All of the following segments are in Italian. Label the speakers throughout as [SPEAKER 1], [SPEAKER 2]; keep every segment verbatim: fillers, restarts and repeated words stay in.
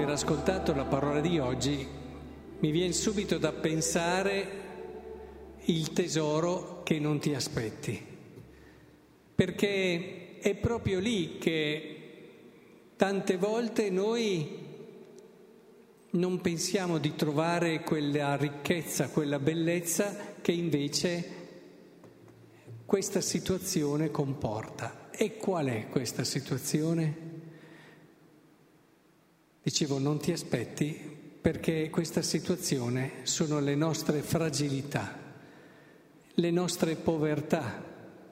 [SPEAKER 1] aver ascoltato la parola di oggi mi viene subito da pensare il tesoro che non ti aspetti, perché è proprio lì che tante volte noi non pensiamo di trovare quella ricchezza, quella bellezza che invece questa situazione comporta. E qual è questa situazione? Dicevo, non ti aspetti, perché questa situazione sono le nostre fragilità, le nostre povertà.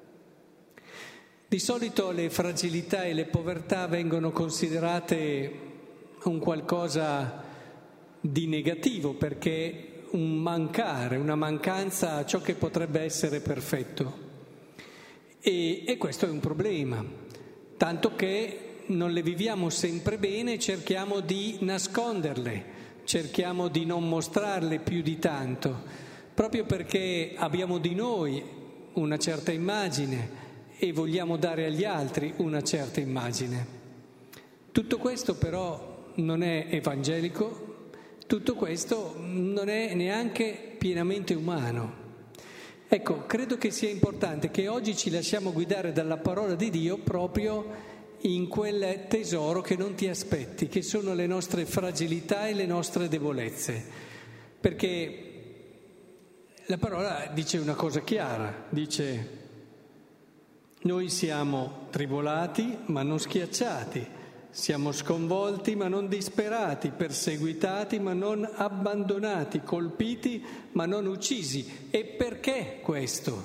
[SPEAKER 1] Di solito le fragilità e le povertà vengono considerate un qualcosa di negativo, perché un mancare, una mancanza a ciò che potrebbe essere perfetto. E, e questo è un problema, tanto che non le viviamo sempre bene, cerchiamo di nasconderle, cerchiamo di non mostrarle più di tanto, proprio perché abbiamo di noi una certa immagine e vogliamo dare agli altri una certa immagine. Tutto questo però non è evangelico, tutto questo non è neanche pienamente umano. Ecco, credo che sia importante che oggi ci lasciamo guidare dalla parola di Dio proprio in quel tesoro che non ti aspetti, che sono le nostre fragilità e le nostre debolezze. Perché la parola dice una cosa chiara, dice: noi siamo tribolati ma non schiacciati, siamo sconvolti ma non disperati, perseguitati ma non abbandonati, colpiti ma non uccisi. E perché questo?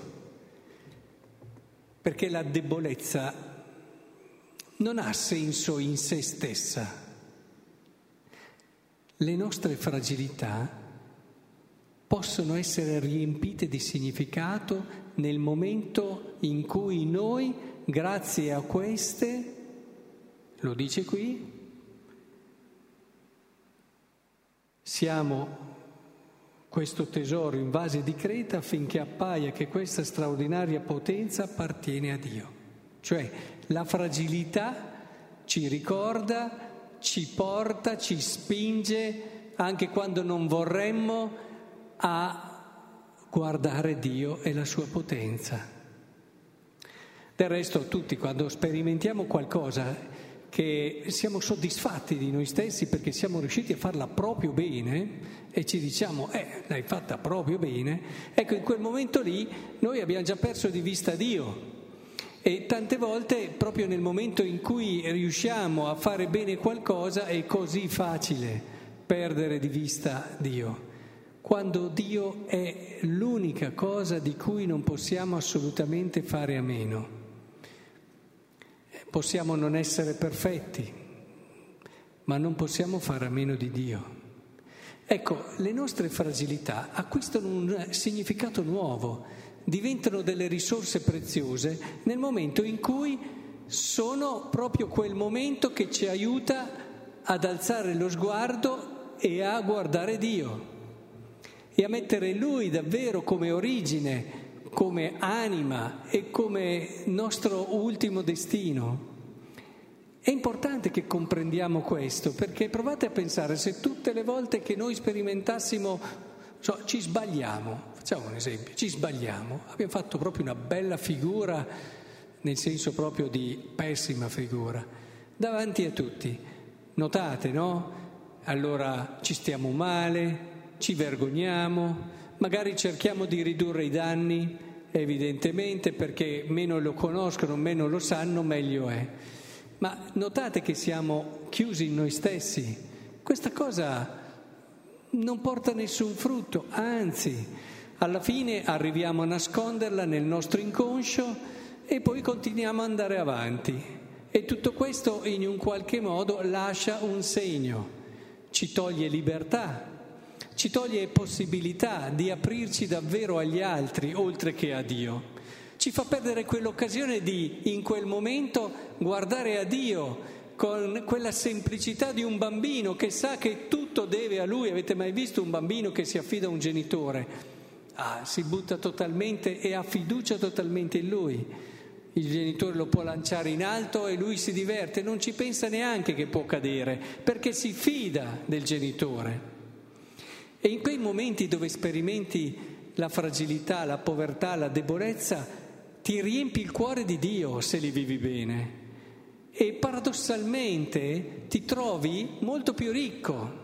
[SPEAKER 1] Perché la debolezza non ha senso in se stessa. Le nostre fragilità possono essere riempite di significato nel momento in cui noi, grazie a queste, lo dice qui, siamo questo tesoro in vase di creta affinché appaia che questa straordinaria potenza appartiene a Dio. Cioè la fragilità ci ricorda, ci porta, ci spinge, anche quando non vorremmo, a guardare Dio e la sua potenza. Del resto tutti, quando sperimentiamo qualcosa che siamo soddisfatti di noi stessi perché siamo riusciti a farla proprio bene e ci diciamo eh, l'hai fatta proprio bene, ecco, in quel momento lì noi abbiamo già perso di vista Dio. E tante volte, proprio nel momento in cui riusciamo a fare bene qualcosa, è così facile perdere di vista Dio, quando Dio è l'unica cosa di cui non possiamo assolutamente fare a meno. Possiamo non essere perfetti, ma non possiamo fare a meno di Dio. Ecco, le nostre fragilità acquistano un significato nuovo, diventano delle risorse preziose nel momento in cui sono proprio quel momento che ci aiuta ad alzare lo sguardo e a guardare Dio e a mettere Lui davvero come origine, come anima e come nostro ultimo destino. È importante che comprendiamo questo, perché provate a pensare, se tutte le volte che noi sperimentassimo, cioè, ci sbagliamo, facciamo un esempio, ci sbagliamo, abbiamo fatto proprio una bella figura, nel senso proprio di pessima figura, davanti a tutti. Notate, no? Allora ci stiamo male, ci vergogniamo, magari cerchiamo di ridurre i danni, evidentemente, perché meno lo conoscono, meno lo sanno, meglio è. Ma notate che siamo chiusi in noi stessi. Questa cosa non porta nessun frutto, anzi, alla fine arriviamo a nasconderla nel nostro inconscio e poi continuiamo ad andare avanti. E tutto questo in un qualche modo lascia un segno, ci toglie libertà, ci toglie possibilità di aprirci davvero agli altri oltre che a Dio. Ci fa perdere quell'occasione di, in quel momento, guardare a Dio con quella semplicità di un bambino che sa che tutto deve a Lui. Avete mai visto un bambino che si affida a un genitore? Ah, si butta totalmente e ha fiducia totalmente in Lui. Il genitore lo può lanciare in alto e lui si diverte, non ci pensa neanche che può cadere, perché si fida del genitore. E in quei momenti dove sperimenti la fragilità, la povertà, la debolezza, ti riempi il cuore di Dio se li vivi bene. E paradossalmente ti trovi molto più ricco.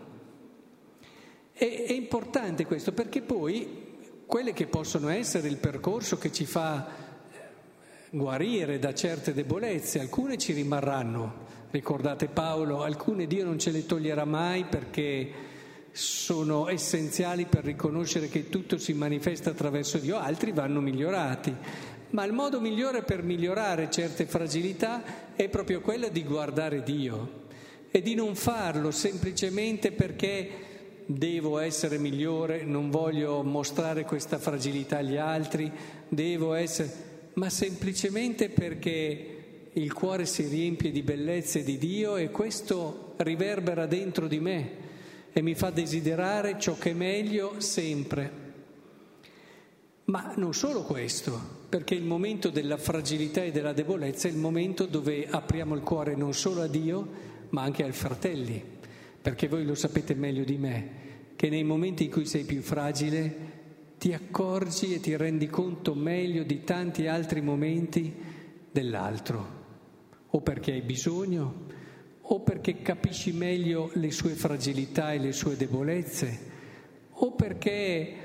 [SPEAKER 1] E, è importante questo, perché poi quelle che possono essere il percorso che ci fa guarire da certe debolezze, alcune ci rimarranno. Ricordate Paolo, alcune Dio non ce le toglierà mai perché sono essenziali per riconoscere che tutto si manifesta attraverso Dio, altri vanno migliorati. Ma il modo migliore per migliorare certe fragilità è proprio quello di guardare Dio e di non farlo semplicemente perché devo essere migliore, non voglio mostrare questa fragilità agli altri, devo essere... ma semplicemente perché il cuore si riempie di bellezze di Dio e questo riverbera dentro di me e mi fa desiderare ciò che è meglio sempre. Ma non solo questo, perché il momento della fragilità e della debolezza è il momento dove apriamo il cuore non solo a Dio, ma anche ai fratelli, perché voi lo sapete meglio di me, che nei momenti in cui sei più fragile ti accorgi e ti rendi conto meglio di tanti altri momenti dell'altro, o perché hai bisogno, o perché capisci meglio le sue fragilità e le sue debolezze, o perché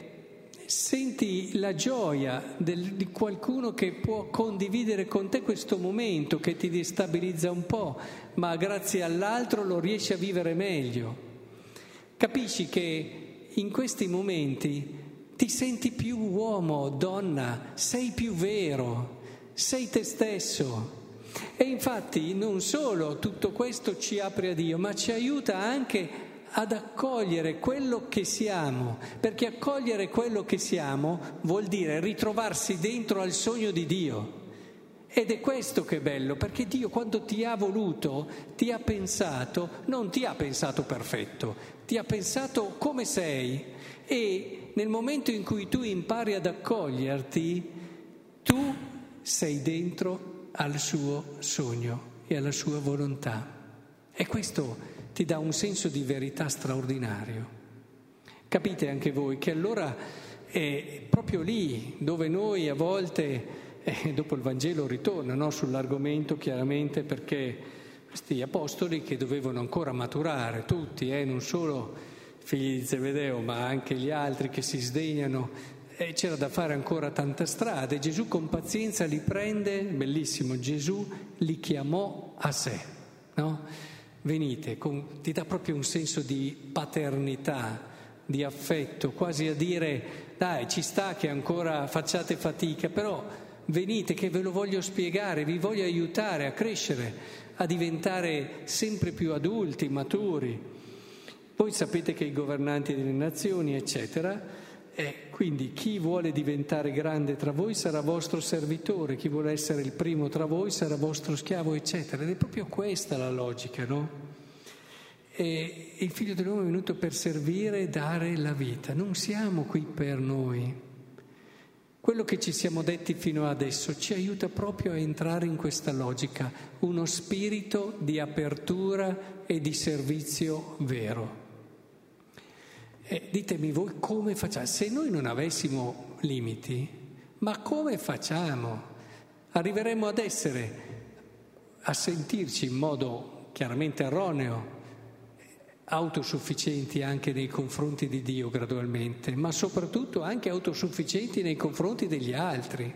[SPEAKER 1] senti la gioia del, di qualcuno che può condividere con te questo momento che ti destabilizza un po', ma grazie all'altro lo riesci a vivere meglio. Capisci che in questi momenti ti senti più uomo, donna, sei più vero, sei te stesso. E infatti non solo tutto questo ci apre a Dio, ma ci aiuta anche ad accogliere quello che siamo, perché accogliere quello che siamo vuol dire ritrovarsi dentro al sogno di Dio. Ed è questo che è bello, perché Dio quando ti ha voluto, ti ha pensato, non ti ha pensato perfetto, ti ha pensato come sei e nel momento in cui tu impari ad accoglierti, tu sei dentro al suo sogno e alla sua volontà. E questo ti dà un senso di verità straordinario. Capite anche voi che allora è proprio lì dove noi a volte... E dopo il Vangelo ritorna, no, sull'argomento chiaramente, perché questi apostoli che dovevano ancora maturare, tutti, eh, non solo figli di Zebedeo, ma anche gli altri che si sdegnano, e c'era da fare ancora tanta strada. E Gesù con pazienza li prende, bellissimo, Gesù li chiamò a sé, no? Venite, con, ti dà proprio un senso di paternità, di affetto, quasi a dire, dai, ci sta che ancora facciate fatica, però... venite che ve lo voglio spiegare, vi voglio aiutare a crescere, a diventare sempre più adulti, maturi. Voi sapete che i governanti delle nazioni, eccetera, e quindi chi vuole diventare grande tra voi sarà vostro servitore, chi vuole essere il primo tra voi sarà vostro schiavo, eccetera. Ed è proprio questa la logica, no? E il Figlio dell'uomo è venuto per servire e dare la vita. Non siamo qui per noi. Quello che ci siamo detti fino adesso ci aiuta proprio a entrare in questa logica, uno spirito di apertura e di servizio vero. E ditemi voi come facciamo? Se noi non avessimo limiti, ma come facciamo? Arriveremo ad essere, a sentirci in modo chiaramente erroneo, autosufficienti anche nei confronti di Dio gradualmente, ma soprattutto anche autosufficienti nei confronti degli altri.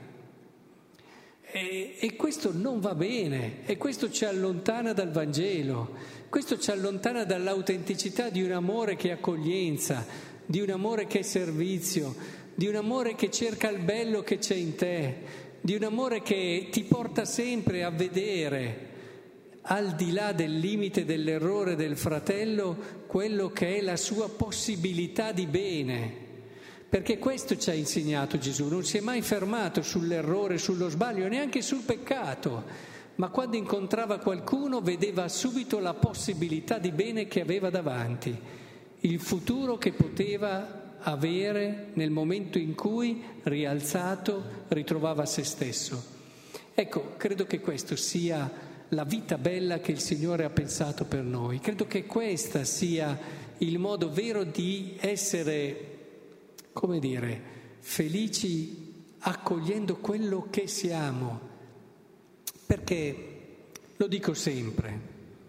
[SPEAKER 1] E, e questo non va bene, e questo ci allontana dal Vangelo, questo ci allontana dall'autenticità di un amore che è accoglienza, di un amore che è servizio, di un amore che cerca il bello che c'è in te, di un amore che ti porta sempre a vedere al di là del limite dell'errore del fratello, quello che è la sua possibilità di bene. Perché questo ci ha insegnato Gesù, non si è mai fermato sull'errore, sullo sbaglio, neanche sul peccato, ma quando incontrava qualcuno vedeva subito la possibilità di bene che aveva davanti, il futuro che poteva avere nel momento in cui, rialzato, ritrovava se stesso. Ecco, credo che questo sia la vita bella che il Signore ha pensato per noi. Credo che questa sia il modo vero di essere, come dire, felici accogliendo quello che siamo. Perché, lo dico sempre,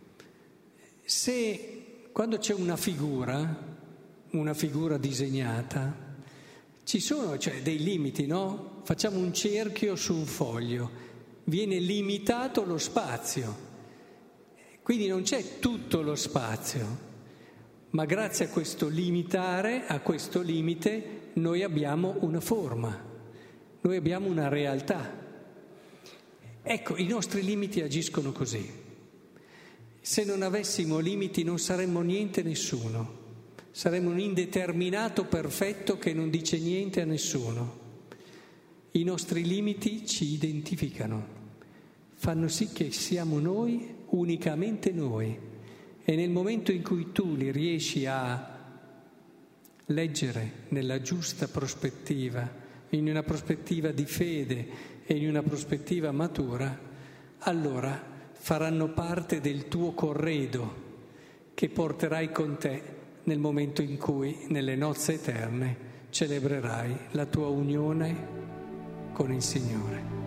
[SPEAKER 1] se quando c'è una figura, una figura disegnata, ci sono cioè, dei limiti, no? Facciamo un cerchio su un foglio, viene limitato lo spazio, quindi non c'è tutto lo spazio, ma grazie a questo limitare, a questo limite, noi abbiamo una forma, noi abbiamo una realtà. Ecco, i nostri limiti agiscono così. Se non avessimo limiti non saremmo niente nessuno. Saremmo un indeterminato perfetto che non dice niente a nessuno. I nostri limiti ci identificano, fanno sì che siamo noi, unicamente noi. E nel momento in cui tu li riesci a leggere nella giusta prospettiva, in una prospettiva di fede e in una prospettiva matura, allora faranno parte del tuo corredo che porterai con te nel momento in cui, nelle nozze eterne, celebrerai la tua unione con il Signore.